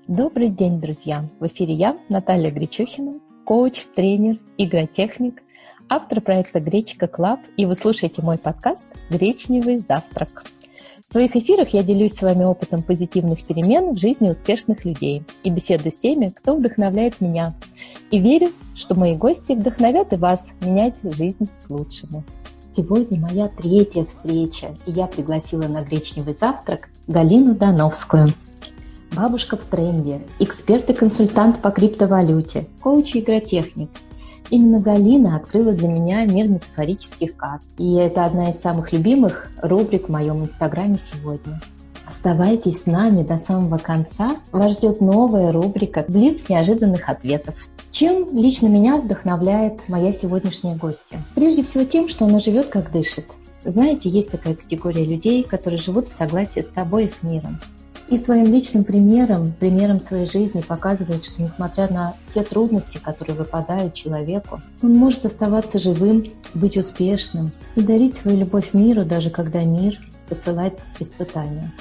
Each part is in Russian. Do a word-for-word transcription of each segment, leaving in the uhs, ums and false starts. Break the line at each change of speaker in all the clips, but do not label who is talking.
Добрый день, друзья! В эфире я, Наталья Гречухина, коуч, тренер, игротехник, автор проекта Гречка Клаб, и вы слушаете мой подкаст «Гречневый завтрак». В своих эфирах я делюсь с вами опытом позитивных перемен в жизни успешных людей и беседую с теми, кто вдохновляет меня. И верю, что мои гости вдохновят и вас менять жизнь к лучшему. Сегодня моя третья встреча, и я пригласила на «Гречневый завтрак» Галину Дановскую. Бабушка в тренде, эксперт и консультант по криптовалюте, коуч и игротехник. Именно Галина открыла для меня мир метафорических карт. И это одна из самых любимых рубрик в моем инстаграме сегодня. Оставайтесь с нами до самого конца. Вас ждет новая рубрика «Блиц неожиданных ответов». Чем лично меня вдохновляет моя сегодняшняя гостья? Прежде всего тем, что она живет как дышит. Знаете, есть такая категория людей, которые живут в согласии с собой и с миром. И своим личным примером, примером своей жизни показывает, что несмотря на все трудности, которые выпадают человеку, он может оставаться живым, быть успешным и дарить свою любовь миру, даже когда мир посылает испытания.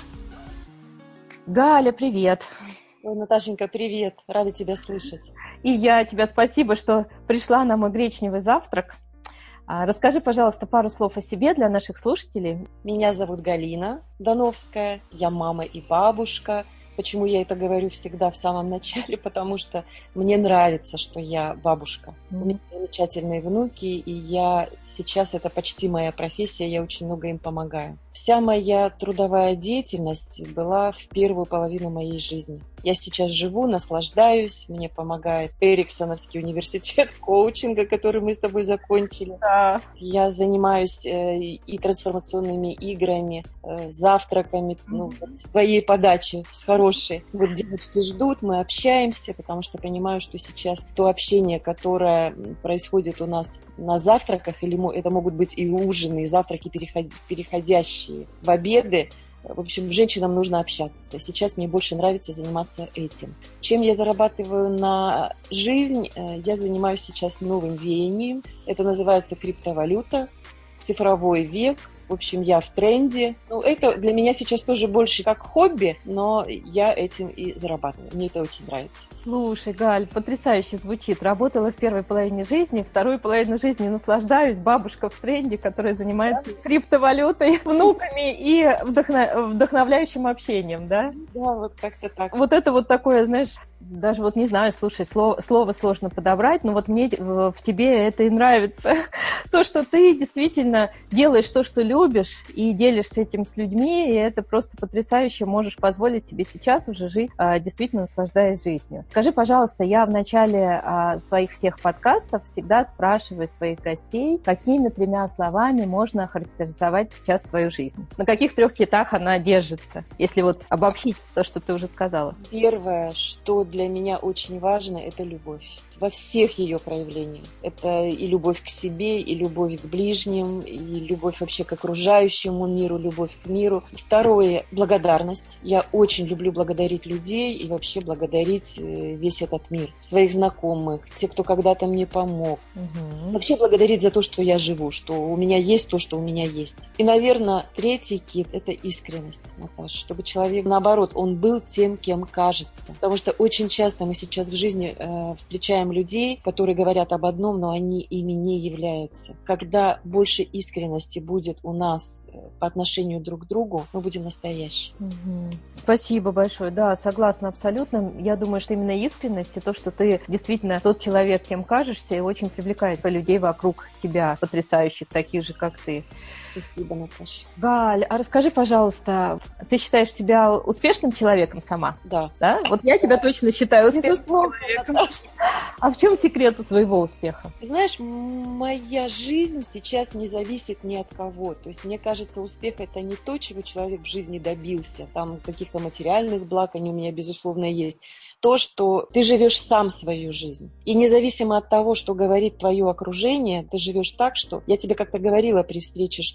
Галя, привет!
Ой, Наташенька, привет! Рада тебя слышать.
И я тебя спасибо, что пришла на мой гречневый завтрак. Расскажи, пожалуйста, пару слов о себе для наших слушателей.
Меня зовут Галина Дановская, я мама и бабушка. Почему я это говорю всегда в самом начале? Потому что мне нравится, что я бабушка. Mm-hmm. У меня замечательные внуки, и я сейчас, это почти моя профессия, я очень много им помогаю. Вся моя трудовая деятельность была в первую половину моей жизни. Я сейчас живу, наслаждаюсь, мне помогает Эриксоновский университет коучинга, который мы с тобой закончили.
Да.
Я занимаюсь э, и трансформационными играми, э, завтраками, ну, с твоей подачи, с хорошей. Вот девочки ждут, мы общаемся, потому что понимаю, что сейчас то общение, которое происходит у нас на завтраках, или это могут быть и ужины, и завтраки, переходящие в обеды. В общем, женщинам нужно общаться. Сейчас мне больше нравится заниматься этим. Чем я зарабатываю на жизнь? Я занимаюсь сейчас новым веянием. Это называется криптовалюта, цифровой век. В общем, я в тренде. Ну, это для меня сейчас тоже больше как хобби, но я этим и зарабатываю. Мне это очень нравится.
Слушай, Галь, потрясающе звучит. Работала в первой половине жизни, вторую половину жизни наслаждаюсь. Бабушка в тренде, которая занимается да? криптовалютой, внуками и вдохно... вдохновляющим общением, да?
Да, вот как-то так.
Вот это вот такое, знаешь, даже вот не знаю, слушай, слово, слово сложно подобрать, но вот мне в тебе это и нравится. То, что ты действительно делаешь то, что любишь, и делишься этим с людьми, и это просто потрясающе. Можешь позволить себе сейчас уже жить, действительно наслаждаясь жизнью. Скажи, пожалуйста, я в начале своих всех подкастов всегда спрашиваю своих гостей, какими тремя словами можно охарактеризовать сейчас твою жизнь? На каких трех китах она держится, если вот обобщить то, что ты уже сказала?
Первое, что для меня очень важно, это любовь. Во всех ее проявлениях. Это и любовь к себе, и любовь к ближним, и любовь вообще к окружающему миру, любовь к миру. Второе – благодарность. Я очень люблю благодарить людей и вообще благодарить весь этот мир. Своих знакомых, те, кто когда-то мне помог. Угу. Вообще благодарить за то, что я живу, что у меня есть то, что у меня есть. И, наверное, третий кит – это искренность, Наташа. Чтобы человек, наоборот, он был тем, кем кажется. Потому что очень часто мы сейчас в жизни э, встречаем людей, которые говорят об одном, но они ими не являются. Когда больше искренности будет у нас по отношению друг к другу, мы будем настоящими.
Угу. Спасибо большое. Да, согласна абсолютно. Я думаю, что именно искренность и то, что ты действительно тот человек, кем кажешься, и очень привлекает людей вокруг тебя, потрясающих, таких же, как ты.
Спасибо, Наташа.
Галь, а расскажи, пожалуйста, ты считаешь себя успешным человеком сама?
Да.
Да? Вот я тебя точно считаю успешным человеком. Наташа. А в чем секрет у твоего успеха?
Знаешь, моя жизнь сейчас не зависит ни от кого. То есть, мне кажется, успех – это не то, чего человек в жизни добился. Там каких-то материальных благ, они у меня, безусловно, есть. То, что ты живешь сам свою жизнь. И независимо от того, что говорит твое окружение, ты живешь так, что... Я тебе как-то говорила при встрече, что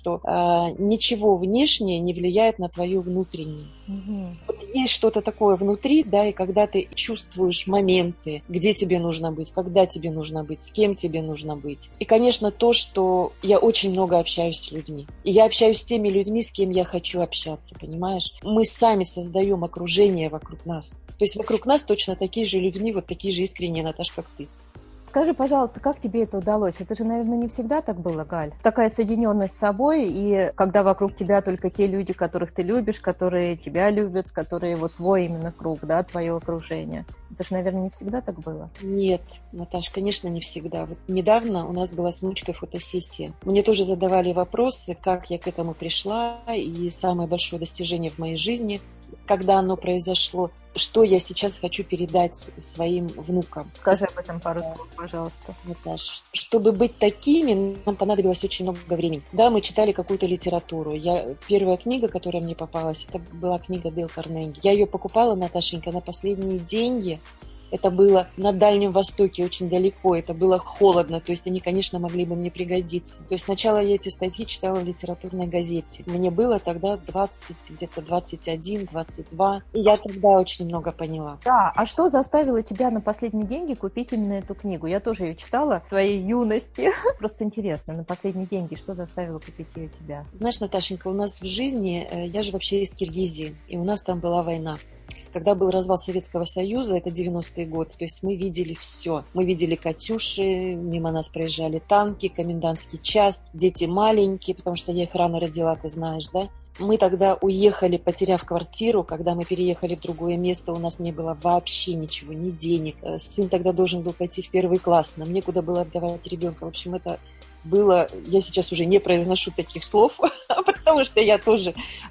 что э, ничего внешнее не влияет на твое внутреннее.
Угу.
Вот есть что-то такое внутри, да, и когда ты чувствуешь моменты, где тебе нужно быть, когда тебе нужно быть, с кем тебе нужно быть. И, конечно, то, что я очень много общаюсь с людьми. И я общаюсь с теми людьми, с кем я хочу общаться, понимаешь? Мы сами создаем окружение вокруг нас. То есть вокруг нас точно такие же людьми, вот такие же искренние, Наташ, как ты.
Скажи, пожалуйста, как тебе это удалось? Это же, наверное, не всегда так было, Галь. Такая соединенность с собой, и когда вокруг тебя только те люди, которых ты любишь, которые тебя любят, которые вот твой именно круг, да, твое окружение. Это же, наверное, не всегда так было.
Нет, Наташ, конечно, не всегда. Вот недавно у нас была с внучкой фотосессия. Мне тоже задавали вопросы, как я к этому пришла, и самое большое достижение в моей жизни, когда оно произошло, что я сейчас хочу передать своим внукам.
Скажи об этом пару слов, пожалуйста.
Наташ, чтобы быть такими, нам понадобилось очень много времени. Да, мы читали какую-то литературу. Я, первая книга, которая мне попалась, это была книга Дейл Карнеги. Я ее покупала, Наташенька, на последние деньги. Это было на Дальнем Востоке, очень далеко, это было холодно, то есть они, конечно, могли бы мне пригодиться. То есть сначала я эти статьи читала в литературной газете. Мне было тогда двадцать, где-то двадцать один, двадцать два, и я тогда очень много поняла.
Да, а что заставило тебя на последние деньги купить именно эту книгу? Я тоже ее читала в своей юности. Просто интересно, на последние деньги что заставило купить ее тебя?
Знаешь, Наташенька, у нас в жизни, я же вообще из Киргизии, и у нас там была война. Когда был развал Советского Союза, это девяностые годы, то есть мы видели все. Мы видели «Катюши», мимо нас проезжали танки, комендантский час, дети маленькие, потому что я их рано родила, ты знаешь, да? Мы тогда уехали, потеряв квартиру. Когда мы переехали в другое место, у нас не было вообще ничего, ни денег. Сын тогда должен был пойти в первый класс, нам некуда было отдавать ребенка. В общем, это было, я сейчас уже не произношу таких слов, потому что я тоже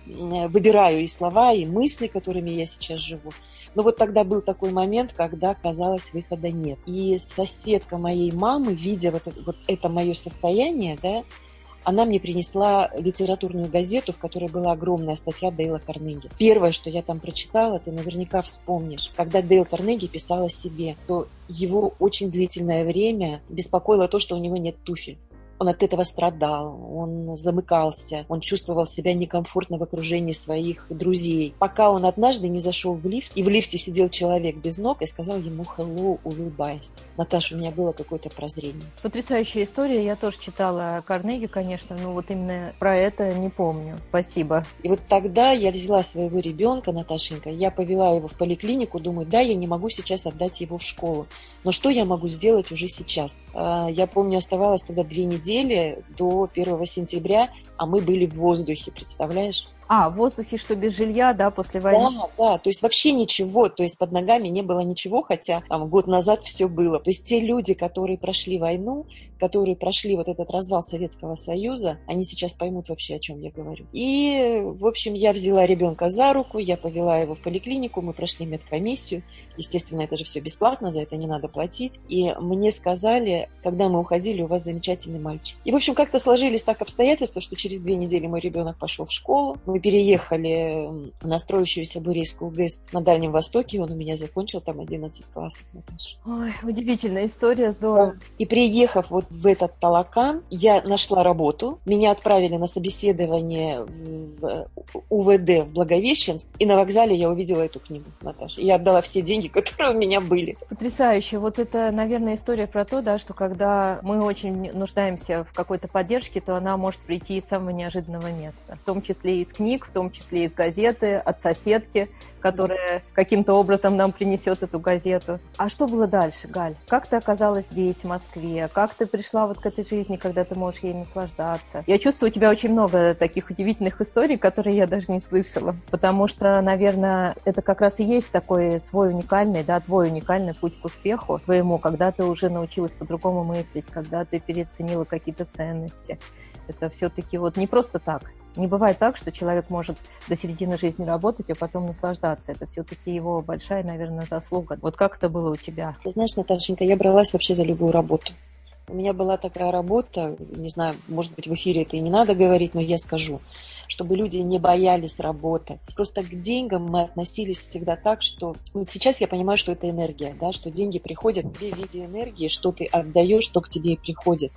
выбираю и слова, и мысли, которыми я сейчас живу. Но вот тогда был такой момент, когда, казалось, выхода нет. И соседка моей мамы, видя вот это, вот это мое состояние, да, она мне принесла литературную газету, в которой была огромная статья Дейла Карнеги. Первое, что я там прочитала, ты наверняка вспомнишь, когда Дейл Карнеги писал о себе, то его очень длительное время беспокоило то, что у него нет туфель. Он от этого страдал, он замыкался, он чувствовал себя некомфортно в окружении своих друзей. Пока он однажды не зашел в лифт, и в лифте сидел человек без ног и сказал ему «hello», улыбаясь. Наташа, у меня было какое-то прозрение.
Потрясающая история. Я тоже читала Карнеги, конечно, но вот именно про это не помню. Спасибо.
И вот тогда я взяла своего ребенка, Наташенька, я повела его в поликлинику, думаю, да, я не могу сейчас отдать его в школу, но что я могу сделать уже сейчас? Я помню, оставалось тогда две недели до первого сентября, а мы были в воздухе, представляешь?
А, в воздухе, что без жилья, да, после войны?
Да, да, то есть вообще ничего, то есть под ногами не было ничего, хотя там год назад все было. То есть те люди, которые прошли войну, которые прошли вот этот развал Советского Союза, они сейчас поймут вообще, о чем я говорю. И, в общем, я взяла ребенка за руку, я повела его в поликлинику, мы прошли медкомиссию. Естественно, это же все бесплатно, за это не надо платить. И мне сказали, когда мы уходили, у вас замечательный мальчик. И, в общем, как-то сложились так обстоятельства, что через две недели мой ребенок пошел в школу. Мы переехали на строящуюся Бурейскую ГЭС на Дальнем Востоке, он у меня закончил там одиннадцать классов, Наташа.
Ой, удивительная история, здорово.
И приехав вот в этот Талакан, я нашла работу, меня отправили на собеседование в УВД в Благовещенск, и на вокзале я увидела эту книгу, Наташа. И я отдала все деньги, которые у меня были.
Потрясающе. Вот это, наверное, история про то, да, что когда мы очень нуждаемся в какой-то поддержке, то она может прийти из самого неожиданного места. В том числе из книг, в том числе из газеты, от соседки, которая каким-то образом нам принесет эту газету. А что было дальше, Галь? Как ты оказалась здесь, в Москве? Как ты пришла вот к этой жизни, когда ты можешь ей наслаждаться? Я чувствую, у тебя очень много таких удивительных историй, которые я даже не слышала. Потому что, наверное, это как раз и есть такой свой уникальный, да, твой уникальный путь к успеху твоему, когда ты уже научилась по-другому мыслить, когда ты переоценила какие-то ценности. Это все-таки вот не просто так. Не бывает так, что человек может до середины жизни работать, а потом наслаждаться. Это все-таки его большая, наверное, заслуга. Вот как это было у тебя?
Ты знаешь, Наташенька, я бралась вообще за любую работу. У меня была такая работа, не знаю, может быть, в эфире это и не надо говорить, но я скажу, чтобы люди не боялись работать. Просто к деньгам мы относились всегда так, что... Вот сейчас я понимаю, что это энергия, да, что деньги приходят к тебе в виде энергии, что ты отдаешь, что к тебе и приходит.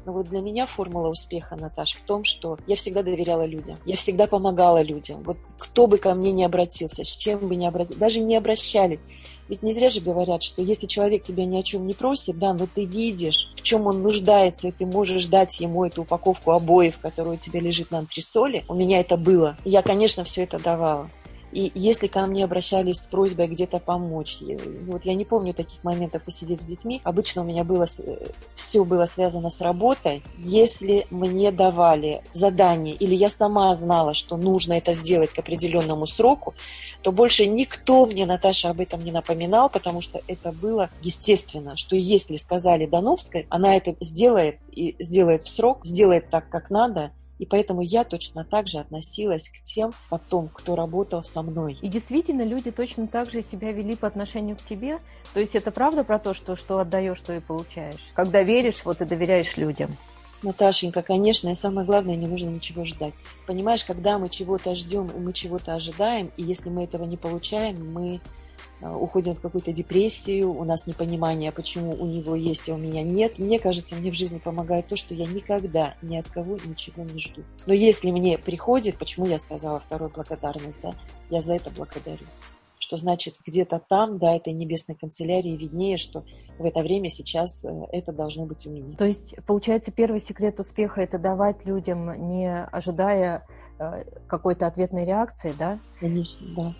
Но вот для меня формула успеха, Наташ, в том, что я всегда доверяла людям. Я всегда помогала людям. Вот кто бы ко мне ни обратился, с чем бы ни обратился, даже не обращались. Ведь не зря же говорят, что если человек тебя ни о чем не просит, да, но ты видишь, в чем он нуждается, и ты можешь дать ему эту упаковку обоев, которая у тебя лежит на антресоле. У меня это было. Я, конечно, все это давала. И если ко мне обращались с просьбой где-то помочь, вот я не помню таких моментов посидеть с детьми, обычно у меня было, все было связано с работой. Если мне давали задание, или я сама знала, что нужно это сделать к определенному сроку, то больше никто мне, Наташа, об этом не напоминал, потому что это было естественно, что если сказали Дановской, она это сделает, и сделает в срок, сделает так, как надо. И поэтому я точно так же относилась к тем потом, кто работал со мной.
И действительно, люди точно так же себя вели по отношению к тебе. То есть это правда про то, что, что отдаешь, то и получаешь. Когда веришь, вот и доверяешь людям.
Наташенька, конечно, и самое главное, не нужно ничего ждать. Понимаешь, когда мы чего-то ждем, и мы чего-то ожидаем, и если мы этого не получаем, мы уходим в какую-то депрессию, у нас непонимание, почему у него есть, а у меня нет. Мне кажется, мне в жизни помогает то, что я никогда ни от кого ничего не жду. Но если мне приходит, почему я сказала вторую благодарность, да, я за это благодарю. Что значит, где-то там, да, этой небесной канцелярии виднее, что в это время сейчас это должно быть у меня.
То есть, получается, первый секрет успеха – это давать людям, не ожидая какой-то ответной реакции, да?
Конечно, да.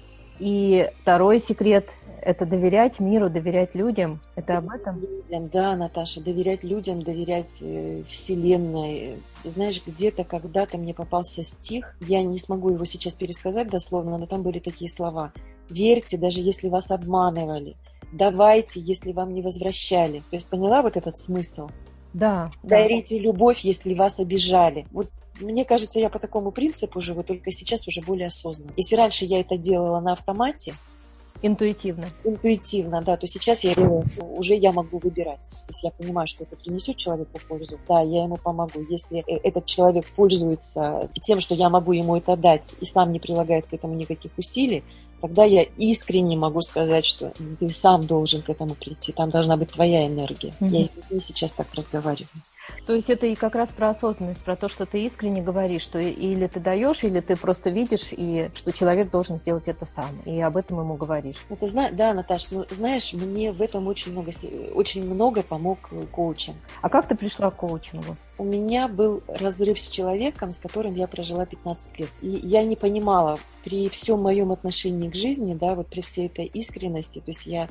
И второй секрет – это доверять миру, доверять людям. Это об этом?
Людям, да, Наташа, доверять людям, доверять э, Вселенной. Знаешь, где-то когда-то мне попался стих, я не смогу его сейчас пересказать дословно, но там были такие слова. «Верьте, даже если вас обманывали. Давайте, если вам не возвращали». То есть поняла вот этот смысл?
Да.
Дарите да. любовь, если вас обижали. Вот мне кажется, я по такому принципу живу, только сейчас уже более осознанно. Если раньше я это делала на автомате,
интуитивно.
Интуитивно, да, то сейчас я уже я могу выбирать. То есть я понимаю, что это принесет человеку пользу, да, я ему помогу. Если этот человек пользуется тем, что я могу ему это дать, и сам не прилагает к этому никаких усилий, тогда я искренне могу сказать, что ты сам должен к этому прийти. Там должна быть твоя энергия. Mm-hmm. Я с детьми сейчас так разговариваю.
То есть это и как раз про осознанность, про то, что ты искренне говоришь, что или ты даешь, или ты просто видишь, и что человек должен сделать это сам, и об этом ему говоришь.
Это, да, Наташ, ну знаешь, мне в этом очень много, очень много помог коучинг.
А как ты пришла к коучингу?
У меня был разрыв с человеком, с которым я прожила пятнадцать лет. И я не понимала при всем моем отношении к жизни, да, вот при всей этой искренности, то есть я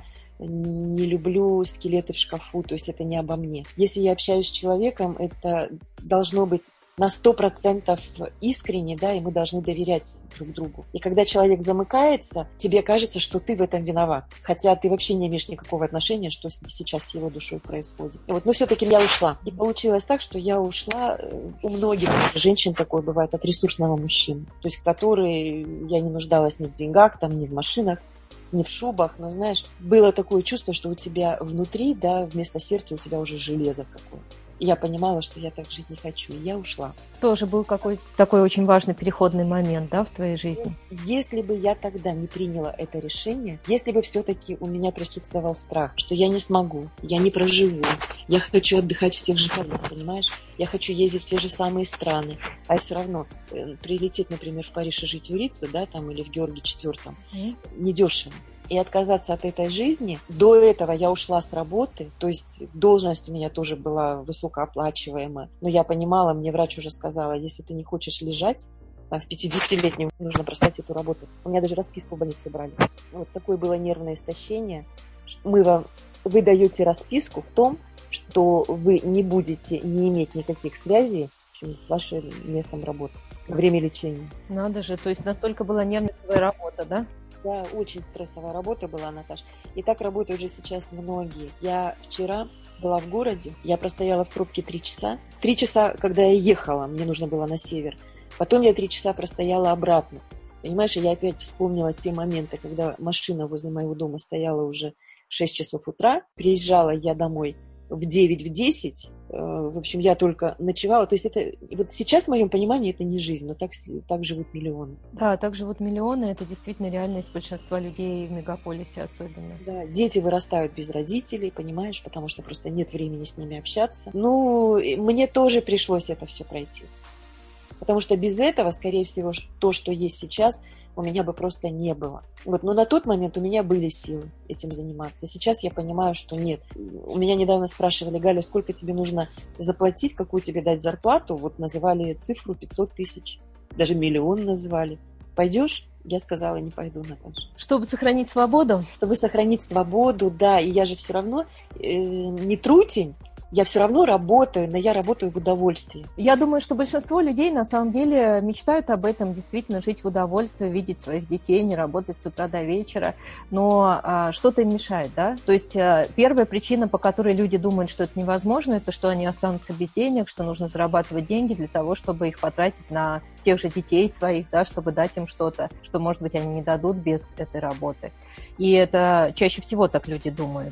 не люблю скелеты в шкафу, то есть это не обо мне. Если я общаюсь с человеком, это должно быть на сто процентов искренне, да, и мы должны доверять друг другу. И когда человек замыкается, тебе кажется, что ты в этом виноват, хотя ты вообще не имеешь никакого отношения, что сейчас с его душой происходит. И вот, но все-таки я ушла. И получилось так, что я ушла, у многих женщин такое бывает, от ресурсного мужчины, то есть который, я не нуждалась ни в деньгах, там, ни в машинах, не в шубах, но, знаешь, было такое чувство, что у тебя внутри, да, вместо сердца у тебя уже железо какое-то. И я понимала, что я так жить не хочу, и я ушла.
Тоже был какой-то такой очень важный переходный момент, да, в твоей жизни?
Если бы я тогда не приняла это решение, если бы все-таки у меня присутствовал страх, что я не смогу, я не проживу, я хочу отдыхать в тех же городах, понимаешь? Я хочу ездить в те же самые страны, а все равно прилететь, например, в Париж и жить в Рице, да, там, или в Георгии четвёртом, mm. недешево. И отказаться от этой жизни. До этого я ушла с работы, то есть должность у меня тоже была высокооплачиваемая. Но я понимала, мне врач уже сказала, если ты не хочешь лежать, там, в пятидесятилетнем нужно бросать эту работу. У меня даже расписку в больнице брали. Вот такое было нервное истощение. Мы вам, вы даете расписку в том, что вы не будете не иметь никаких связей с вашим местом работы во время лечения.
Надо же, то есть настолько была нервная твоя работа, да?
Да, очень стрессовая работа была, Наташа. И так работают уже сейчас многие. Я вчера была в городе, я простояла в пробке три часа. Три часа, когда я ехала, мне нужно было на север. Потом я три часа простояла обратно. Понимаешь, я опять вспомнила те моменты, когда машина возле моего дома стояла уже в шесть часов утра. Приезжала я домой в девять, в десять. В общем, я только ночевала. То есть это вот сейчас, в моем понимании, это не жизнь, но так, так живут миллионы.
Да, так живут миллионы. Это действительно реальность большинства людей в мегаполисе особенно.
Да, дети вырастают без родителей, понимаешь, потому что просто нет времени с ними общаться. Ну, мне тоже пришлось это все пройти. Потому что без этого, скорее всего, то, что есть сейчас, у меня бы просто не было. Вот, но на тот момент у меня были силы этим заниматься. Сейчас я понимаю, что нет. У меня недавно спрашивали: Галя, сколько тебе нужно заплатить, какую тебе дать зарплату? Вот называли цифру пятьсот тысяч, даже миллион называли. Пойдешь? Я сказала: не пойду, Наташа.
Чтобы сохранить свободу?
Чтобы сохранить свободу, да. И я же все равно э, не трутень. Я все равно работаю, но я работаю в удовольствии.
Я думаю, что большинство людей на самом деле мечтают об этом, действительно жить в удовольствии, видеть своих детей, не работать с утра до вечера, но а, что-то им мешает, да? То есть а, первая причина, по которой люди думают, что это невозможно, это что они останутся без денег, что нужно зарабатывать деньги для того, чтобы их потратить на тех же детей своих, да, чтобы дать им что-то, что, может быть, они не дадут без этой работы. И это чаще всего так люди думают.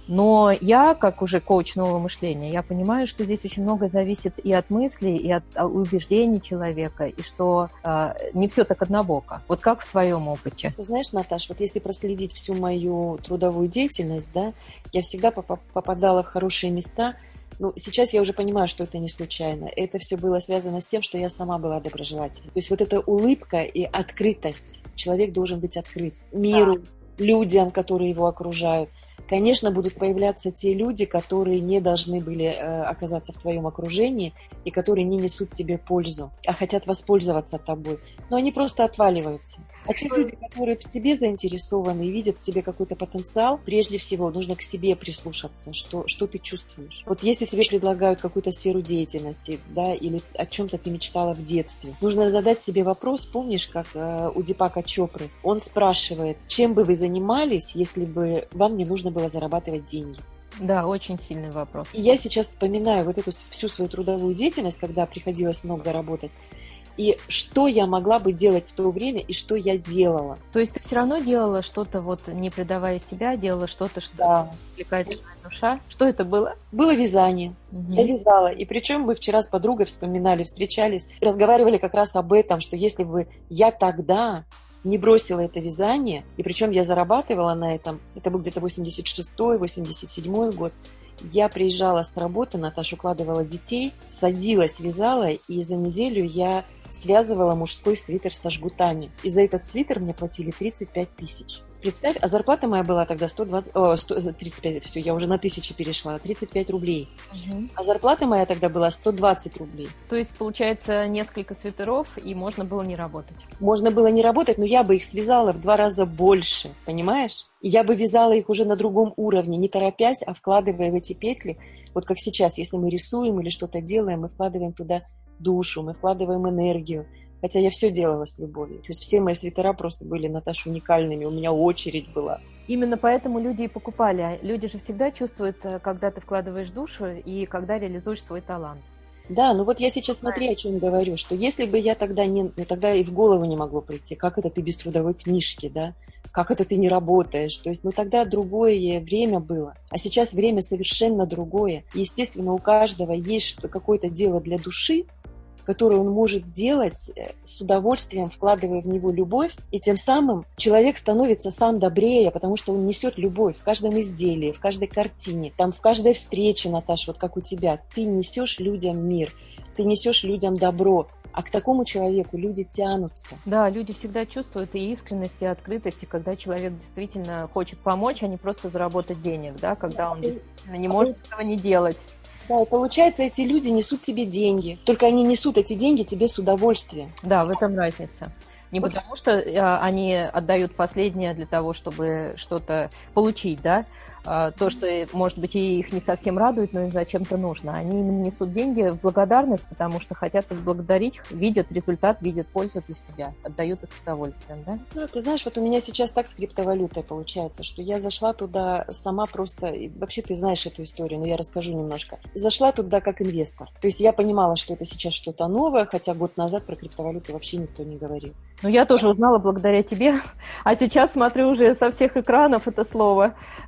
Но я, как уже коуч нового мышления, я понимаю, что здесь очень многое зависит и от мыслей, и от убеждений человека, и что э, не все так однобоко. Вот как в твоем опыте?
Ты знаешь, Наташ, вот если проследить всю мою трудовую деятельность, да, я всегда поп- попадала в хорошие места. Ну, сейчас я уже понимаю, что это не случайно. Это все было связано с тем, что я сама была доброжелательной. То есть вот эта улыбка и открытость. Человек должен быть открыт миру, да, людям, которые его окружают. Конечно, будут появляться те люди, которые не должны были э, оказаться в твоем окружении и которые не несут тебе пользу, а хотят воспользоваться тобой. Но они просто отваливаются. А те люди, которые в тебе заинтересованы и видят в тебе какой-то потенциал, прежде всего нужно к себе прислушаться, что, что ты чувствуешь. Вот если тебе предлагают какую-то сферу деятельности, да, или о чем-то ты мечтала в детстве, нужно задать себе вопрос, помнишь, как э, у Дипака Чопры, он спрашивает, чем бы вы занимались, если бы вам не нужно было было зарабатывать деньги.
Да, очень сильный вопрос.
И я сейчас вспоминаю вот эту всю свою трудовую деятельность, когда приходилось много работать, и что я могла бы делать в то время, и что я делала.
То есть ты все равно делала что-то, вот не предавая себя, делала что-то, что
да.
Увлекает твоя душа. Что это было?
Было вязание. Угу. Я вязала. И причем мы вчера с подругой вспоминали, встречались, разговаривали как раз об этом, что если бы я тогда не бросила это вязание, и причем я зарабатывала на этом, это был где-то восемьдесят шестой, восемьдесят седьмой год, я приезжала с работы, Наташа укладывала детей, садилась, вязала, и за неделю я связывала мужской свитер со жгутами. И за этот свитер мне платили тридцать пять тысяч. Представь, а зарплата моя была тогда сто двадцать, о, сто, тридцать пять, все, я уже на тысячи перешла, тридцать пять рублей. Угу. А зарплата моя тогда была сто двадцать рублей.
То есть, получается, несколько свитеров, и можно было не работать?
Можно было не работать, но я бы их связала в два раза больше, понимаешь? И я бы вязала их уже на другом уровне, не торопясь, а вкладывая в эти петли. Вот как сейчас, если мы рисуем или что-то делаем, мы вкладываем туда душу, мы вкладываем энергию. Хотя я все делала с любовью. То есть все мои свитера просто были, Наташа, уникальными. У меня очередь была.
Именно поэтому люди и покупали. Люди же всегда чувствуют, когда ты вкладываешь душу и когда реализуешь свой талант.
Да, ну вот я сейчас смотри, о чем говорю, что если бы я тогда не... Ну, тогда и в голову не могло прийти, как это ты без трудовой книжки, да? Как это ты не работаешь? То есть, ну тогда другое время было. А сейчас время совершенно другое. Естественно, у каждого есть какое-то дело для души, которую он может делать с удовольствием, вкладывая в него любовь, и тем самым человек становится сам добрее, потому что он несет любовь в каждом изделии, в каждой картине, там в каждой встрече, Наташа, вот как у тебя. Ты несешь людям мир, ты несешь людям добро, а к такому человеку люди тянутся.
Да, люди всегда чувствуют и искренность, и открытость, и когда человек действительно хочет помочь, а не просто заработать денег, да, когда да, он действительно не может этого не делать.
Да, и получается, эти люди несут тебе деньги. Только они несут эти деньги тебе с удовольствием.
Да, в этом разница. Не вот. Потому что а, они отдают последнее для того, чтобы что-то получить, да? А, то, что, может быть, и их не совсем радует, но им зачем-то нужно. Они именно несут деньги в благодарность, потому что хотят их благодарить, видят результат, видят пользу для себя, отдают их с удовольствием, да?
Ну, ты знаешь, вот у меня сейчас так с криптовалютой получается, что я зашла туда сама просто, и вообще ты знаешь эту историю, но я расскажу немножко. Зашла туда как инвестор. То есть я понимала, что это сейчас что-то новое, хотя год назад про криптовалюту вообще никто не говорил.
Ну, я тоже узнала благодаря тебе, а сейчас смотрю уже со всех экранов это слово загадочное.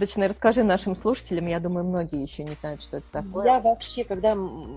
промежуточное расскажи нашим слушателям. Я думаю, многие еще не знают, что это такое.
Я вообще, когда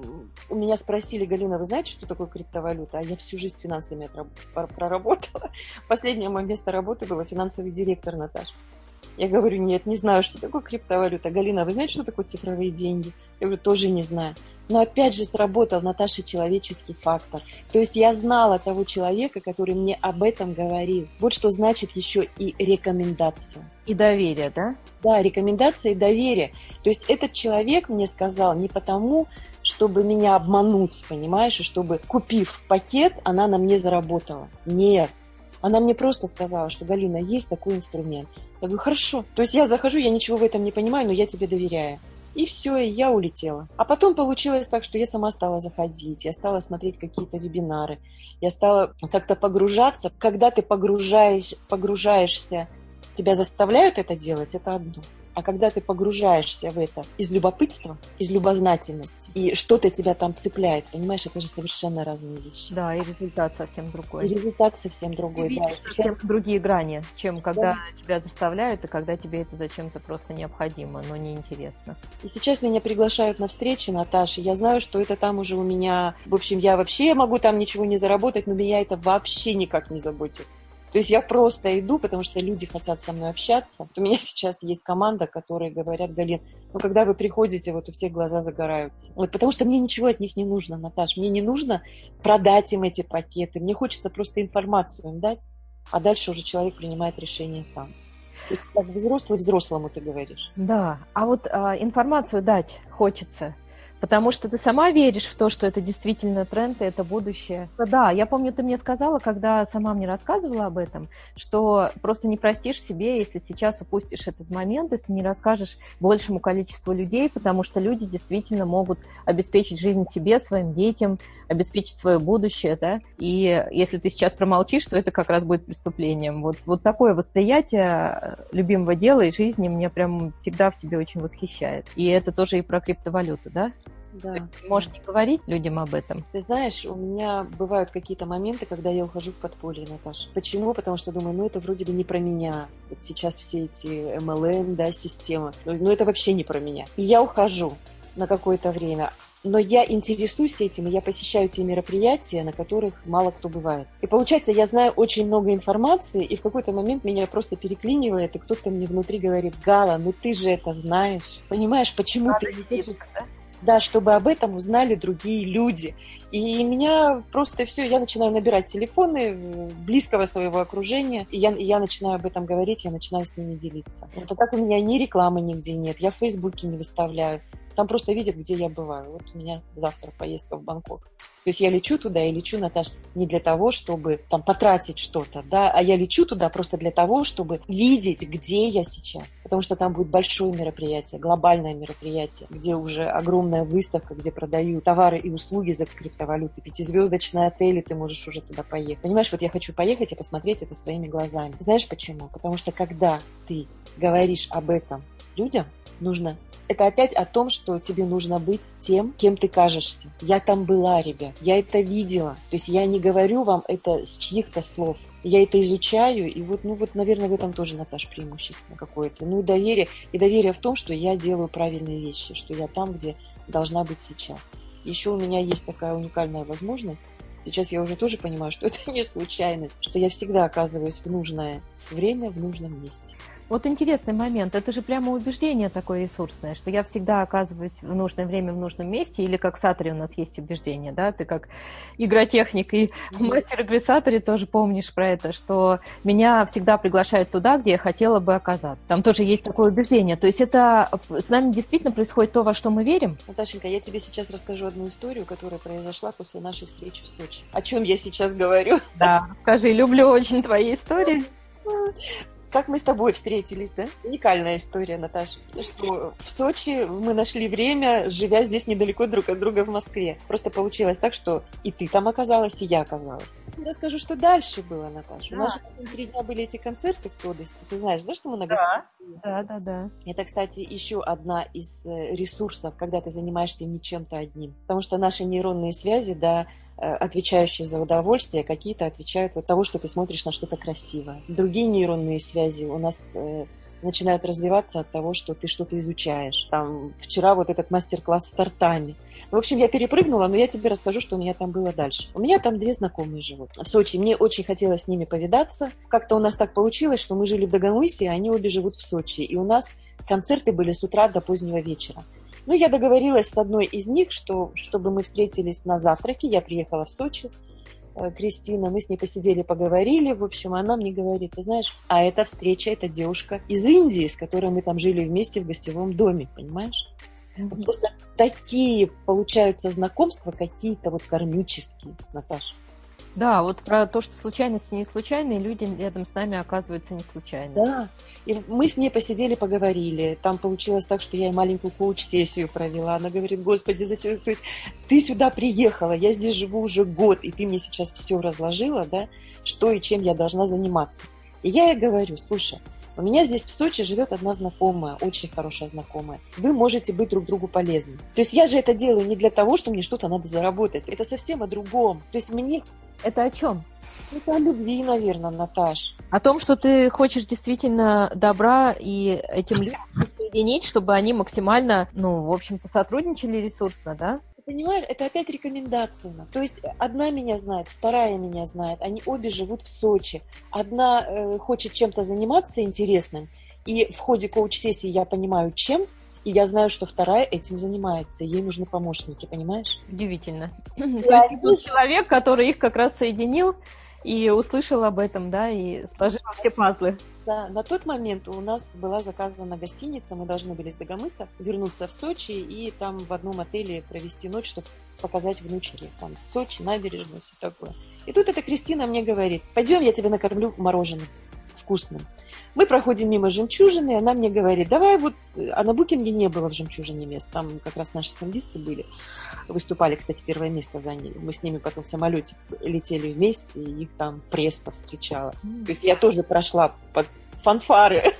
у меня спросили: Галина, вы знаете, что такое криптовалюта? А я всю жизнь с финансами проработала. Последнее мое место работы было финансовый директор, Наташа. Я говорю: нет, не знаю, что такое криптовалюта. Галина, вы знаете, что такое цифровые деньги? Я говорю: тоже не знаю. Но опять же сработал, Наташа, человеческий фактор. То есть я знала того человека, который мне об этом говорил. Вот что значит еще и рекомендация.
И доверие, да?
Да, рекомендация и доверие. То есть этот человек мне сказал не потому, чтобы меня обмануть, понимаешь, и чтобы, купив пакет, она на мне заработала. Нет. Она мне просто сказала, что: Галина, есть такой инструмент. Я говорю: хорошо. То есть я захожу, я ничего в этом не понимаю, но я тебе доверяю. И все, и я улетела. А потом получилось так, что я сама стала заходить, я стала смотреть какие-то вебинары, я стала как-то погружаться. Когда ты погружаешь, погружаешься, тебя заставляют это делать, это одно. А когда ты погружаешься в это из любопытства, из любознательности, и что-то тебя там цепляет, понимаешь, это же совершенно разные вещи.
Да, и результат совсем другой.
И результат совсем другой.
Ты
да,
видишь
сейчас...
совсем другие грани, чем когда
да.
тебя заставляют, и когда тебе это зачем-то просто необходимо, но неинтересно.
И сейчас меня приглашают на встречи, Наташа. Я знаю, что это там уже у меня... В общем, я вообще могу там ничего не заработать, но меня это вообще никак не заботит. То есть я просто иду, потому что люди хотят со мной общаться. Вот у меня сейчас есть команда, которые говорят: Галин, ну когда вы приходите, вот у всех глаза загораются. Вот потому что мне ничего от них не нужно, Наташ. Мне не нужно продать им эти пакеты. Мне хочется просто информацию им дать, а дальше уже человек принимает решение сам. То есть как взрослый взрослому ты говоришь.
Да, а вот а, информацию дать хочется. Потому что ты сама веришь в то, что это действительно тренд и это будущее. Да, я помню, ты мне сказала, когда сама мне рассказывала об этом, что просто не простишь себе, если сейчас упустишь этот момент, если не расскажешь большему количеству людей, потому что люди действительно могут обеспечить жизнь себе, своим детям, обеспечить свое будущее, да, и если ты сейчас промолчишь, то это как раз будет преступлением. Вот, вот такое восприятие любимого дела и жизни меня прям всегда в тебе очень восхищает. И это тоже и про криптовалюту, да?
Да.
Ты можешь не говорить людям об этом?
Ты знаешь, у меня бывают какие-то моменты, когда я ухожу в подполье, Наташа. Почему? Потому что думаю, ну это вроде бы не про меня. Вот сейчас все эти эм эл эм, да, системы. Ну это вообще не про меня. И я ухожу на какое-то время. Но я интересуюсь этим, и я посещаю те мероприятия, на которых мало кто бывает. И получается, я знаю очень много информации, и в какой-то момент меня просто переклинивает, и кто-то мне внутри говорит: Гала, ну ты же это знаешь. Понимаешь, почему
Надо
ты не хочешь...
да?
Да, чтобы об этом узнали другие люди. И меня просто все, я начинаю набирать телефоны близкого своего окружения, и я, и я начинаю об этом говорить, я начинаю с ними делиться. Вот а так у меня ни рекламы нигде нет, я в Фейсбуке не выставляю. Там просто видят, где я бываю. Вот у меня завтра поездка в Бангкок. То есть я лечу туда и лечу, Наташ, не для того, чтобы там потратить что-то, да, а я лечу туда просто для того, чтобы видеть, где я сейчас. Потому что там будет большое мероприятие, глобальное мероприятие, где уже огромная выставка, где продают товары и услуги за криптовалюты. Пятизвездочные отели, ты можешь уже туда поехать. Понимаешь, вот я хочу поехать и посмотреть это своими глазами. Знаешь почему? Потому что когда ты говоришь об этом людям, нужно... Это опять о том, что тебе нужно быть тем, кем ты кажешься. Я там была, ребят, я это видела. То есть я не говорю вам это с чьих-то слов. Я это изучаю, и вот, ну вот, наверное, в этом тоже, Наташ, преимущество какое-то. Ну и доверие, и доверие в том, что я делаю правильные вещи, что я там, где должна быть сейчас. Еще у меня есть такая уникальная возможность. Сейчас я уже тоже понимаю, что это не случайность, что я всегда оказываюсь в нужное время, в нужном месте.
Вот интересный момент. Это же прямо убеждение такое ресурсное, что я всегда оказываюсь в нужное время в нужном месте, или как в Саторе у нас есть убеждение, да, ты как игротехник и мастер игры Сатори тоже помнишь про это, что меня всегда приглашают туда, где я хотела бы оказаться. Там тоже есть такое убеждение. То есть это с нами действительно происходит то, во что мы верим?
Наташенька, я тебе сейчас расскажу одну историю, которая произошла после нашей встречи в Сочи. О чем я сейчас говорю?
Да, скажи, люблю очень твои истории.
Как мы с тобой встретились, да? Уникальная история, Наташа. Что в Сочи мы нашли время, живя здесь недалеко друг от друга в Москве. Просто получилось так, что и ты там оказалась, и я оказалась. Я расскажу, что дальше было, Наташа. Да. У нас же потом три дня были эти концерты в Тодосе. Ты знаешь, да, что мы на гостях?
Да, да, да.
Это, кстати, еще одна из ресурсов, когда ты занимаешься не чем-то одним. Потому что наши нейронные связи, да, отвечающие за удовольствие, какие-то отвечают от того, что ты смотришь на что-то красивое. Другие нейронные связи у нас э, начинают развиваться от того, что ты что-то изучаешь. Там вчера вот этот мастер-класс с тортами. В общем, я перепрыгнула, но я тебе расскажу, что у меня там было дальше. У меня там две знакомые живут в Сочи. Мне очень хотелось с ними повидаться. Как-то у нас так получилось, что мы жили в Дагомысе, а они обе живут в Сочи. И у нас концерты были с утра до позднего вечера. Ну, я договорилась с одной из них, что, чтобы мы встретились на завтраке. Я приехала в Сочи. Кристина, мы с ней посидели, поговорили. В общем, она мне говорит, ты знаешь, а эта встреча, эта девушка из Индии, с которой мы там жили вместе в гостевом доме, понимаешь? Вот просто такие получаются знакомства какие-то вот кармические, Наташа.
Да, вот про то, что случайности не случайные, люди рядом с нами оказываются не случайными.
Да, и мы с ней посидели, поговорили. Там получилось так, что я ей маленькую коуч-сессию провела. Она говорит, господи, зачем? То есть ты сюда приехала, я здесь живу уже год, и ты мне сейчас все разложила, да, что и чем я должна заниматься. И я ей говорю, слушай, у меня здесь в Сочи живет одна знакомая, очень хорошая знакомая. Вы можете быть друг другу полезны. То есть я же это делаю не для того, что мне что-то надо заработать. Это совсем о другом. То есть мне...
Это о чем?
Это о любви, наверное, Наташ.
О том, что ты хочешь действительно добра и этим людям соединить, чтобы они максимально, ну, в общем-то, сотрудничали ресурсно, да?
Понимаешь, это опять рекомендация. То есть одна меня знает, вторая меня знает. Они обе живут в Сочи. Одна э, хочет чем-то заниматься интересным, и в ходе коуч-сессии я понимаю, чем, и я знаю, что вторая этим занимается. Ей нужны помощники, понимаешь?
Удивительно.
Я
То есть был человек, который их как раз соединил и услышал об этом, да, и сложил все пазлы.
Да, на тот момент у нас была заказана гостиница, мы должны были с Дагомыса вернуться в Сочи и там в одном отеле провести ночь, чтобы показать внучке. Там Сочи, набережную, все такое. И тут эта Кристина мне говорит, пойдем, я тебя накормлю мороженым вкусным. Мы проходим мимо «Жемчужины», и она мне говорит, давай вот, а на букинге не было в «Жемчужине» мест, там как раз наши солисты были, выступали, кстати, первое место заняли. Мы с ними потом в самолете летели вместе, и их там пресса встречала. То есть я тоже прошла под фанфары.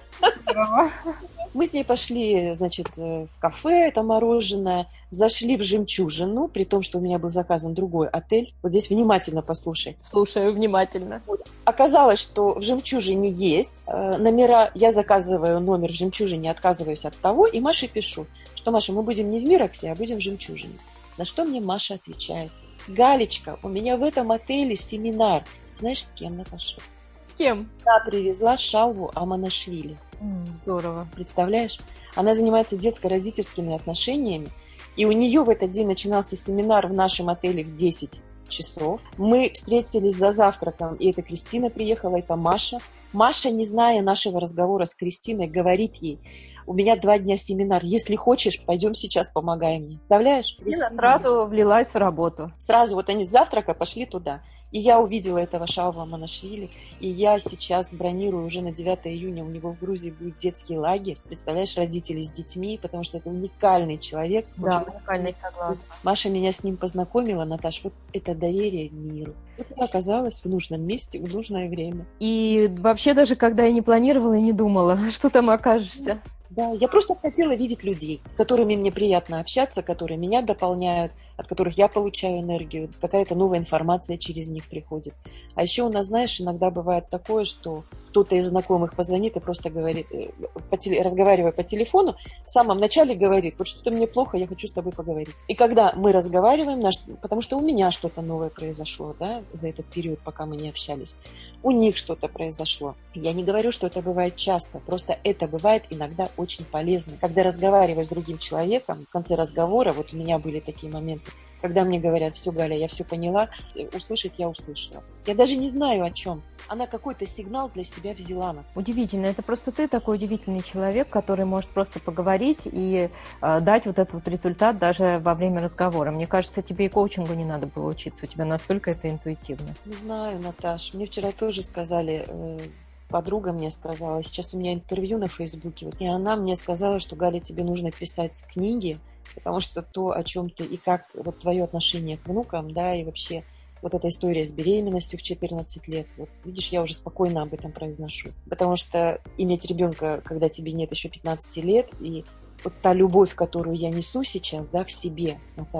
Мы с ней пошли, значит, в кафе, это мороженое, зашли в «Жемчужину», при том, что у меня был заказан другой отель. Вот здесь внимательно послушай.
Слушаю внимательно.
Вот. Оказалось, что в «Жемчужине» есть э, номера. Я заказываю номер в «Жемчужине», отказываюсь от того, и Маше пишу, что, Маша, мы будем не в «Мироксе», а будем в «Жемчужине». На что мне Маша отвечает, Галечка, у меня в этом отеле семинар. Знаешь, с кем, Наташа?
С кем?
Она привезла Шалву Аманашвили.
Здорово.
Представляешь? Она занимается детско-родительскими отношениями, и у нее в этот день начинался семинар в нашем отеле в десять часов. Мы встретились за завтраком, и это Кристина приехала, это Маша. Маша, не зная нашего разговора с Кристиной, говорит ей, у меня два дня семинар, если хочешь, пойдем сейчас, помогай мне. Представляешь?
Кристина сразу влилась в работу.
Сразу вот они с завтрака пошли туда. И я увидела этого Шалва Аманашвили, и я сейчас бронирую уже на девятое июня, у него в Грузии будет детский лагерь. Представляешь, родители с детьми, потому что это уникальный человек.
Да,
общем,
уникальный, согласна.
Маша меня с ним познакомила, Наташ, вот это доверие миру. Вот я оказалась в нужном месте в нужное время.
И вообще даже когда я не планировала и не думала, что там окажешься.
Да, я просто хотела видеть людей, с которыми мне приятно общаться, которые меня дополняют, от которых я получаю энергию, какая-то новая информация через них приходит. А еще у нас, знаешь, иногда бывает такое, что кто-то из знакомых позвонит и просто говорит, по теле, разговаривая по телефону, в самом начале говорит, вот что-то мне плохо, я хочу с тобой поговорить. И когда мы разговариваем, наш, потому что у меня что-то новое произошло, да, за этот период, пока мы не общались, у них что-то произошло. Я не говорю, что это бывает часто, просто это бывает иногда очень полезно. Когда разговариваю с другим человеком, в конце разговора, вот у меня были такие моменты, когда мне говорят, все, Галя, я все поняла, услышать я услышала. Я даже не знаю о чем. Она какой-то сигнал для себя взяла.
Удивительно. Это просто ты такой удивительный человек, который может просто поговорить и э, дать вот этот вот результат даже во время разговора. Мне кажется, тебе и коучингу не надо было учиться. У тебя настолько это интуитивно.
Не знаю, Наташ. Мне вчера тоже сказали... Э... Подруга мне сказала, сейчас у меня интервью на Фейсбуке, вот, и она мне сказала, что, Галя, тебе нужно писать книги, потому что то, о чем ты и как вот твое отношение к внукам, да, и вообще вот эта история с беременностью в четырнадцать лет, вот, видишь, я уже спокойно об этом произношу, потому что иметь ребенка, когда тебе нет еще пятнадцати лет, и вот та любовь, которую я несу сейчас, да, в себе, Наташ,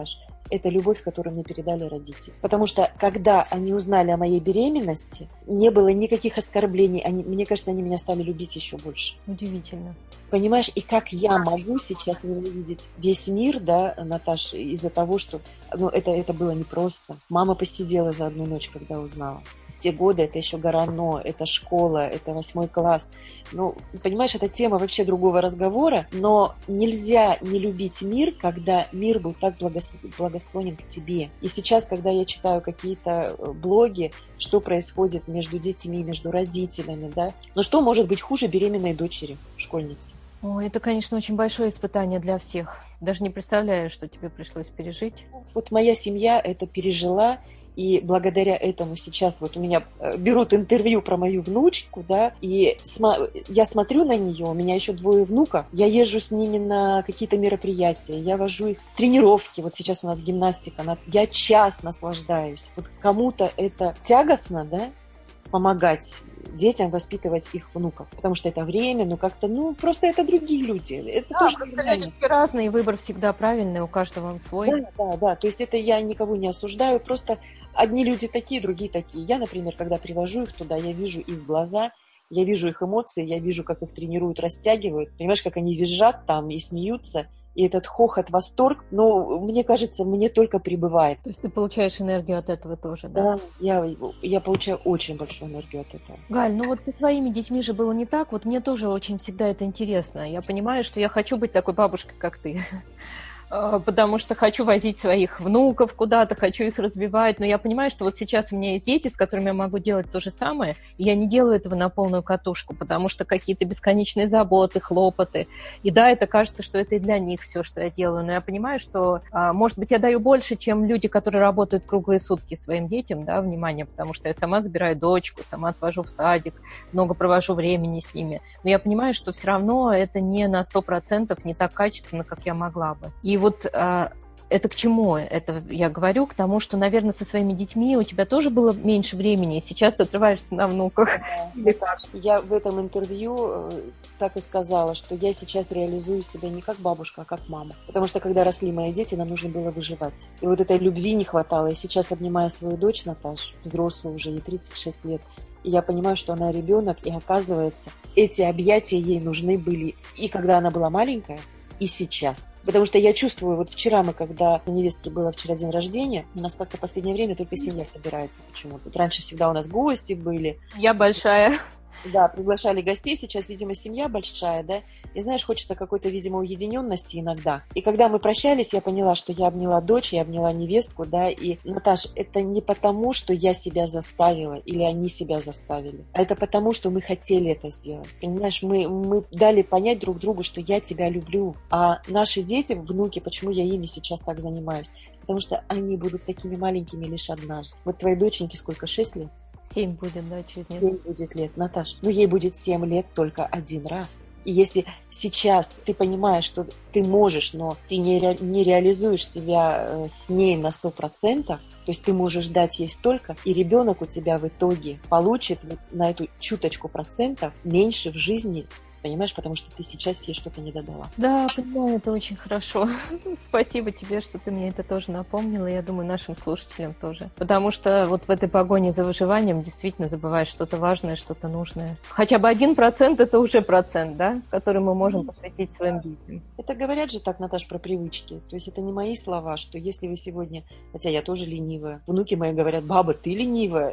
это любовь, которую мне передали родители. Потому что, когда они узнали о моей беременности, не было никаких оскорблений. Они, мне кажется, они меня стали любить еще больше.
Удивительно.
Понимаешь, и как я могу сейчас ненавидеть весь мир, да, Наташа, из-за того, что, ну, это, это было непросто. Мама посидела за одну ночь, когда узнала. Те годы, это еще Горано, это школа, это восьмой класс. Ну, понимаешь, это тема вообще другого разговора, но нельзя не любить мир, когда мир был так благосклонен к тебе. И сейчас, когда я читаю какие-то блоги, что происходит между детьми, между родителями, да, ну что может быть хуже беременной дочери, школьницы?
Ой, это, конечно, очень большое испытание для всех. Даже не представляю, что тебе пришлось пережить.
Вот моя семья это пережила, и благодаря этому сейчас вот у меня берут интервью про мою внучку, да, и см- я смотрю на нее, у меня еще двое внуков, я езжу с ними на какие-то мероприятия, я вожу их в тренировки, вот сейчас у нас гимнастика, я час наслаждаюсь. Вот кому-то это тягостно, да, помогать детям воспитывать их внуков, потому что это время, ну как-то, ну просто это другие люди, это
да,
тоже
люди разные, выбор всегда правильный, у каждого он свой.
Да, да, да, то есть это я никого не осуждаю, просто одни люди такие, другие такие. Я, например, когда привожу их туда, я вижу их глаза, я вижу их эмоции, я вижу, как их тренируют, растягивают, понимаешь, как они визжат там и смеются, и этот хохот, восторг, ну, мне кажется, мне только прибывает.
То есть ты получаешь энергию от этого тоже, да?
Да, я, я получаю очень большую энергию от этого.
Галь, ну вот со своими детьми же было не так, вот мне тоже очень всегда это интересно. Я понимаю, что я хочу быть такой бабушкой, как ты. Потому что хочу возить своих внуков куда-то, хочу их развивать, но я понимаю, что вот сейчас у меня есть дети, с которыми я могу делать то же самое, и я не делаю этого на полную катушку, потому что какие-то бесконечные заботы, хлопоты, и да, это кажется, что это и для них все, что я делаю, но я понимаю, что, может быть, я даю больше, чем люди, которые работают круглые сутки своим детям, да, внимание, потому что я сама забираю дочку, сама отвожу в садик, много провожу времени с ними, но я понимаю, что все равно это не на сто процентов не так качественно, как я могла бы. И вот а, это к чему? Это я говорю к тому, что, наверное, со своими детьми у тебя тоже было меньше времени, сейчас ты отрываешься на внуках.
Да, я в этом интервью так и сказала, что я сейчас реализую себя не как бабушка, а как мама. Потому что, когда росли мои дети, нам нужно было выживать. И вот этой любви не хватало. И сейчас, обнимая свою дочь, Наташу, взрослую уже, ей тридцать шесть лет, и я понимаю, что она ребенок, и оказывается, эти объятия ей нужны были и когда она была маленькая, и сейчас. Потому что я чувствую, вот вчера мы, когда у невестки было вчера день рождения, у нас как-то в последнее время только семья собирается почему-то. Вот раньше всегда у нас гости были.
Я большая.
Да, приглашали гостей, сейчас, видимо, семья большая, да, и, знаешь, хочется какой-то, видимо, уединенности иногда. И когда мы прощались, я поняла, что я обняла дочь, я обняла невестку, да, и, Наташ, это не потому, что я себя заставила или они себя заставили, а это потому, что мы хотели это сделать. Понимаешь, мы, мы дали понять друг другу, что я тебя люблю, а наши дети, внуки, почему я ими сейчас так занимаюсь? Потому что они будут такими маленькими лишь однажды. Вот твоей доченьке сколько, шесть лет?
Семь будет, да, через несколько.
Семь будет лет, Наташ. Ну, ей будет семь лет только один раз. И если сейчас ты понимаешь, что ты можешь, но ты не, ре, не реализуешь себя э, с ней на сто процентов, то есть ты можешь дать ей столько, и ребенок у тебя в итоге получит вот на эту чуточку процентов меньше в жизни, понимаешь, потому что ты сейчас ей что-то не додала.
Да, понимаю, это очень хорошо. Спасибо тебе, что ты мне это тоже напомнила. Я думаю, нашим слушателям тоже. Потому что вот в этой погоне за выживанием действительно забываешь что-то важное, что-то нужное. Хотя бы один процент – это уже процент, да, который мы можем посвятить своим детям.
Это говорят же так, Наташ, про привычки. То есть это не мои слова, что если вы сегодня... Хотя я тоже ленивая. Внуки мои говорят: баба, ты ленивая.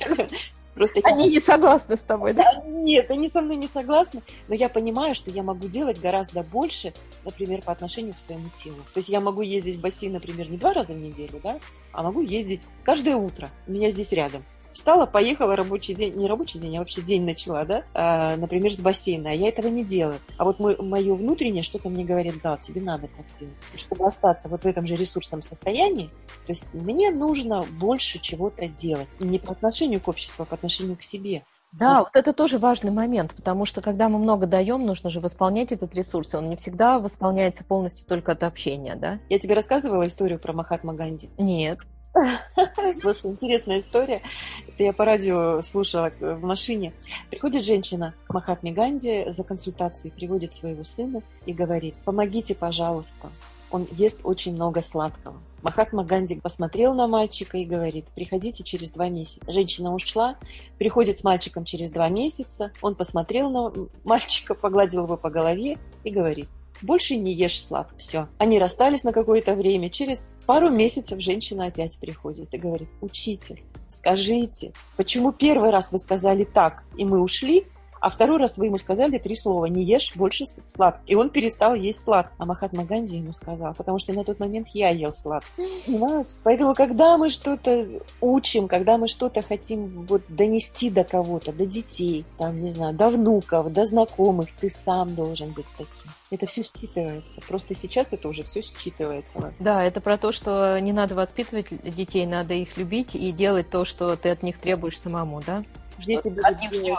Просто
они я... не согласны с тобой, да?
Нет, они со мной не согласны, но я понимаю, что я могу делать гораздо больше, например, по отношению к своему телу. То есть я могу ездить в бассейн, например, не два раза в неделю, да, а могу ездить каждое утро. У меня здесь рядом. Встала, поехала, рабочий день, не рабочий день, а вообще день начала, да, а, например, с бассейна, а я этого не делаю. А вот мой, мое внутреннее что-то мне говорит: да, тебе надо так делать. И чтобы остаться вот в этом же ресурсном состоянии, то есть мне нужно больше чего-то делать. Не по отношению к обществу, а по отношению к себе.
Да, вот это тоже важный момент, потому что когда мы много даем, нужно же восполнять этот ресурс, и он не всегда восполняется полностью только от общения, да?
Я тебе рассказывала историю про Махатма Ганди?
Нет.
Слушай, интересная история. Это я по радио слушала в машине. Приходит женщина к Махатме Ганди за консультацией, приводит своего сына и говорит: помогите, пожалуйста, он ест очень много сладкого. Махатма Ганди посмотрел на мальчика и говорит: приходите через два месяца. Женщина ушла, приходит с мальчиком через два месяца, он посмотрел на мальчика, погладил его по голове и говорит: больше не ешь сладкое. Все. Они расстались на какое-то время. Через пару месяцев женщина опять приходит и говорит: учитель, скажите, почему первый раз вы сказали так, и мы ушли, а второй раз вы ему сказали три слова: не ешь больше сладкого. И он перестал есть сладкое. А Махатма Ганди ему сказал: потому что на тот момент я ел сладкое. Понимаешь? Поэтому, когда мы что-то учим, когда мы что-то хотим вот донести до кого-то, до детей, там, не знаю, до внуков, до знакомых, ты сам должен быть таким. Это все считывается. Просто сейчас это уже все считывается.
Да, это про то, что не надо воспитывать детей, надо их любить и делать то, что ты от них требуешь самому, да?
Дети будут,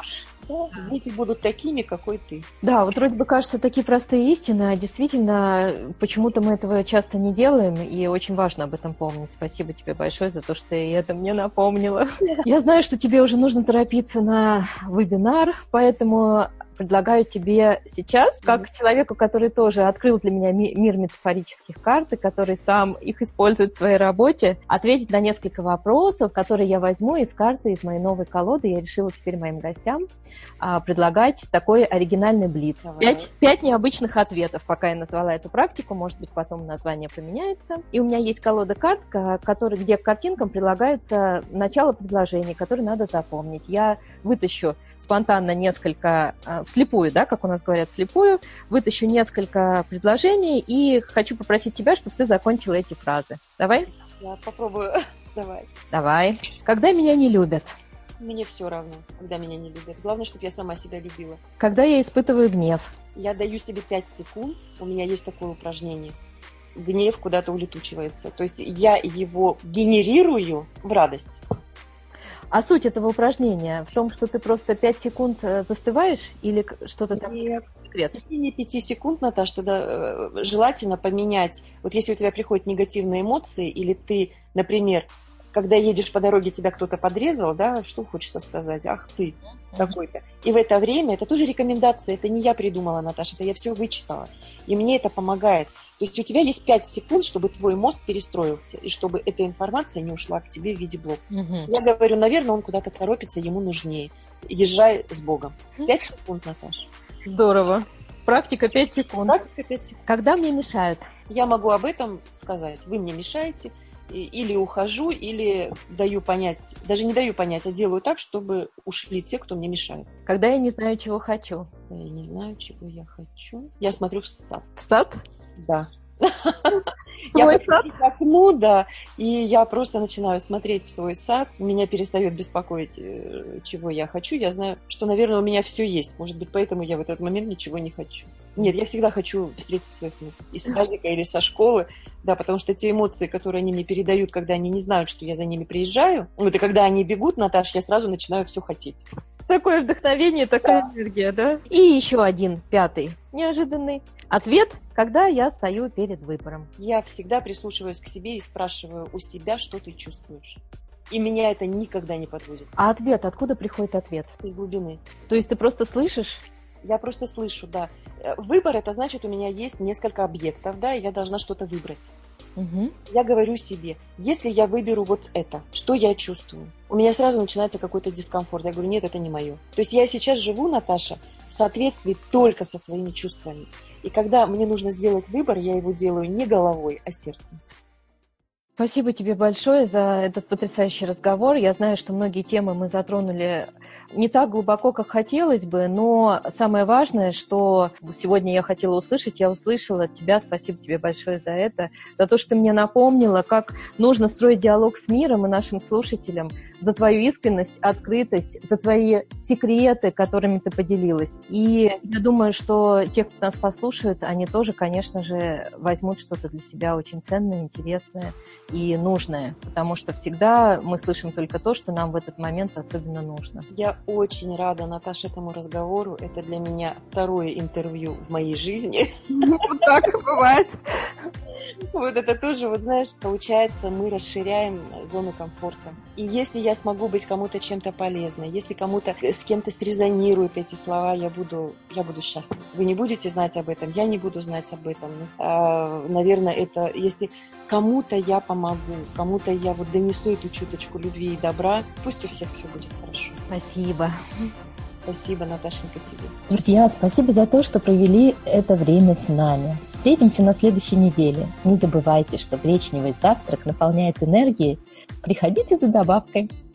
да, дети будут такими, какой ты.
Да, вот вроде бы кажется такие простые истины, а действительно почему-то мы этого часто не делаем, и очень важно об этом помнить. Спасибо тебе большое за то, что ты это мне напомнила. Я знаю, что тебе уже нужно торопиться на вебинар, поэтому предлагаю тебе сейчас, как человеку, который тоже открыл для меня мир метафорических карт, и который сам их использует в своей работе, ответить на несколько вопросов, которые я возьму из карты, из моей новой колоды. Я решила теперь моим гостям а, предлагать такой оригинальный блиц. Пять, пять необычных ответов, пока я назвала эту практику, может быть, потом название поменяется. И у меня есть колода карт, который, где к картинкам прилагаются начало предложений, которые надо запомнить. Я вытащу спонтанно несколько, вслепую, да, как у нас говорят, вслепую, вытащу несколько предложений и хочу попросить тебя, чтобы ты закончила эти фразы. Давай?
Я попробую. Давай.
Давай. Когда меня не любят?
Мне все равно, когда меня не любят. Главное, чтобы я сама себя любила.
Когда я испытываю гнев?
Я даю себе пять секунд. У меня есть такое упражнение. Гнев куда-то улетучивается. То есть я его генерирую в радость.
А суть этого упражнения в том, что ты просто пять секунд застываешь или что-то там?
Нет. В течение пяти секунд, Наташа, тогда желательно поменять. Вот если у тебя приходят негативные эмоции, или ты, например, когда едешь по дороге, тебя кто-то подрезал, да, что хочется сказать? Ах ты, такой-то. И в это время, это тоже рекомендация, это не я придумала, Наташа, это я все вычитала. И мне это помогает. То есть у тебя есть пять секунд, чтобы твой мозг перестроился, и чтобы эта информация не ушла к тебе в виде блока. Угу. Я говорю, наверное, он куда-то торопится, ему нужнее. Езжай с Богом. пять секунд, Наташа.
Здорово. Практика пять секунд.
Практика пять секунд.
Когда мне мешают?
Я могу об этом сказать. Вы мне мешаете. Или ухожу, или даю понять, даже не даю понять, а делаю так, чтобы ушли те, кто мне мешает.
Когда я не знаю, чего хочу?
Я не знаю, чего я хочу. Я смотрю в сад.
В сад?
Да. Я подхожу к окну, да, и я просто начинаю смотреть в свой сад. Меня перестает беспокоить, чего я хочу. Я знаю, что, наверное, у меня все есть. Может быть, поэтому я в этот момент ничего не хочу. Нет, я всегда хочу встретить своих внуков из садика или со школы, да, потому что те эмоции, которые они мне передают, когда они не знают, что я за ними приезжаю, вот и когда они бегут, Наташа, я сразу начинаю все хотеть.
Такое вдохновение, такая да. энергия, да? И еще один, пятый, неожиданный ответ, когда я стою перед выбором.
Я всегда прислушиваюсь к себе и спрашиваю у себя, что ты чувствуешь. И меня это никогда не подводит.
А ответ, откуда приходит ответ?
Из глубины.
То есть ты просто слышишь?
Я просто слышу, да. Выбор, это значит, у меня есть несколько объектов, да, и я должна что-то выбрать. Угу. Я говорю себе, если я выберу вот это, что я чувствую? У меня сразу начинается какой-то дискомфорт. Я говорю, нет, это не мое. То есть я сейчас живу, Наташа, в соответствии только со своими чувствами. И когда мне нужно сделать выбор, я его делаю не головой, а сердцем.
Спасибо тебе большое за этот потрясающий разговор. Я знаю, что многие темы мы затронули не так глубоко, как хотелось бы, но самое важное, что сегодня я хотела услышать, я услышала от тебя. Спасибо тебе большое за это, за то, что ты мне напомнила, как нужно строить диалог с миром и нашим слушателям, за твою искренность, открытость, за твои секреты, которыми ты поделилась. И я думаю, что те, кто нас послушает, они тоже, конечно же, возьмут что-то для себя очень ценное, интересное и нужное, потому что всегда мы слышим только то, что нам в этот момент особенно нужно.
Я очень рада, Наташа, этому разговору. Это для меня второе интервью в моей жизни.
Вот так бывает.
Вот это тоже, вот знаешь, получается, мы расширяем зону комфорта. И если я смогу быть кому-то чем-то полезной, если кому-то с кем-то срезонируют эти слова, я буду, я буду счастлива. Вы не будете знать об этом, я не буду знать об этом. А, наверное, это, если кому-то я помогу, кому-то я вот донесу эту чуточку любви и добра, пусть у всех все будет хорошо.
Спасибо.
Спасибо, Наташенька, тебе.
Друзья, спасибо за то, что провели это время с нами. Встретимся на следующей неделе. Не забывайте, что гречневый завтрак наполняет энергией. Приходите за добавкой.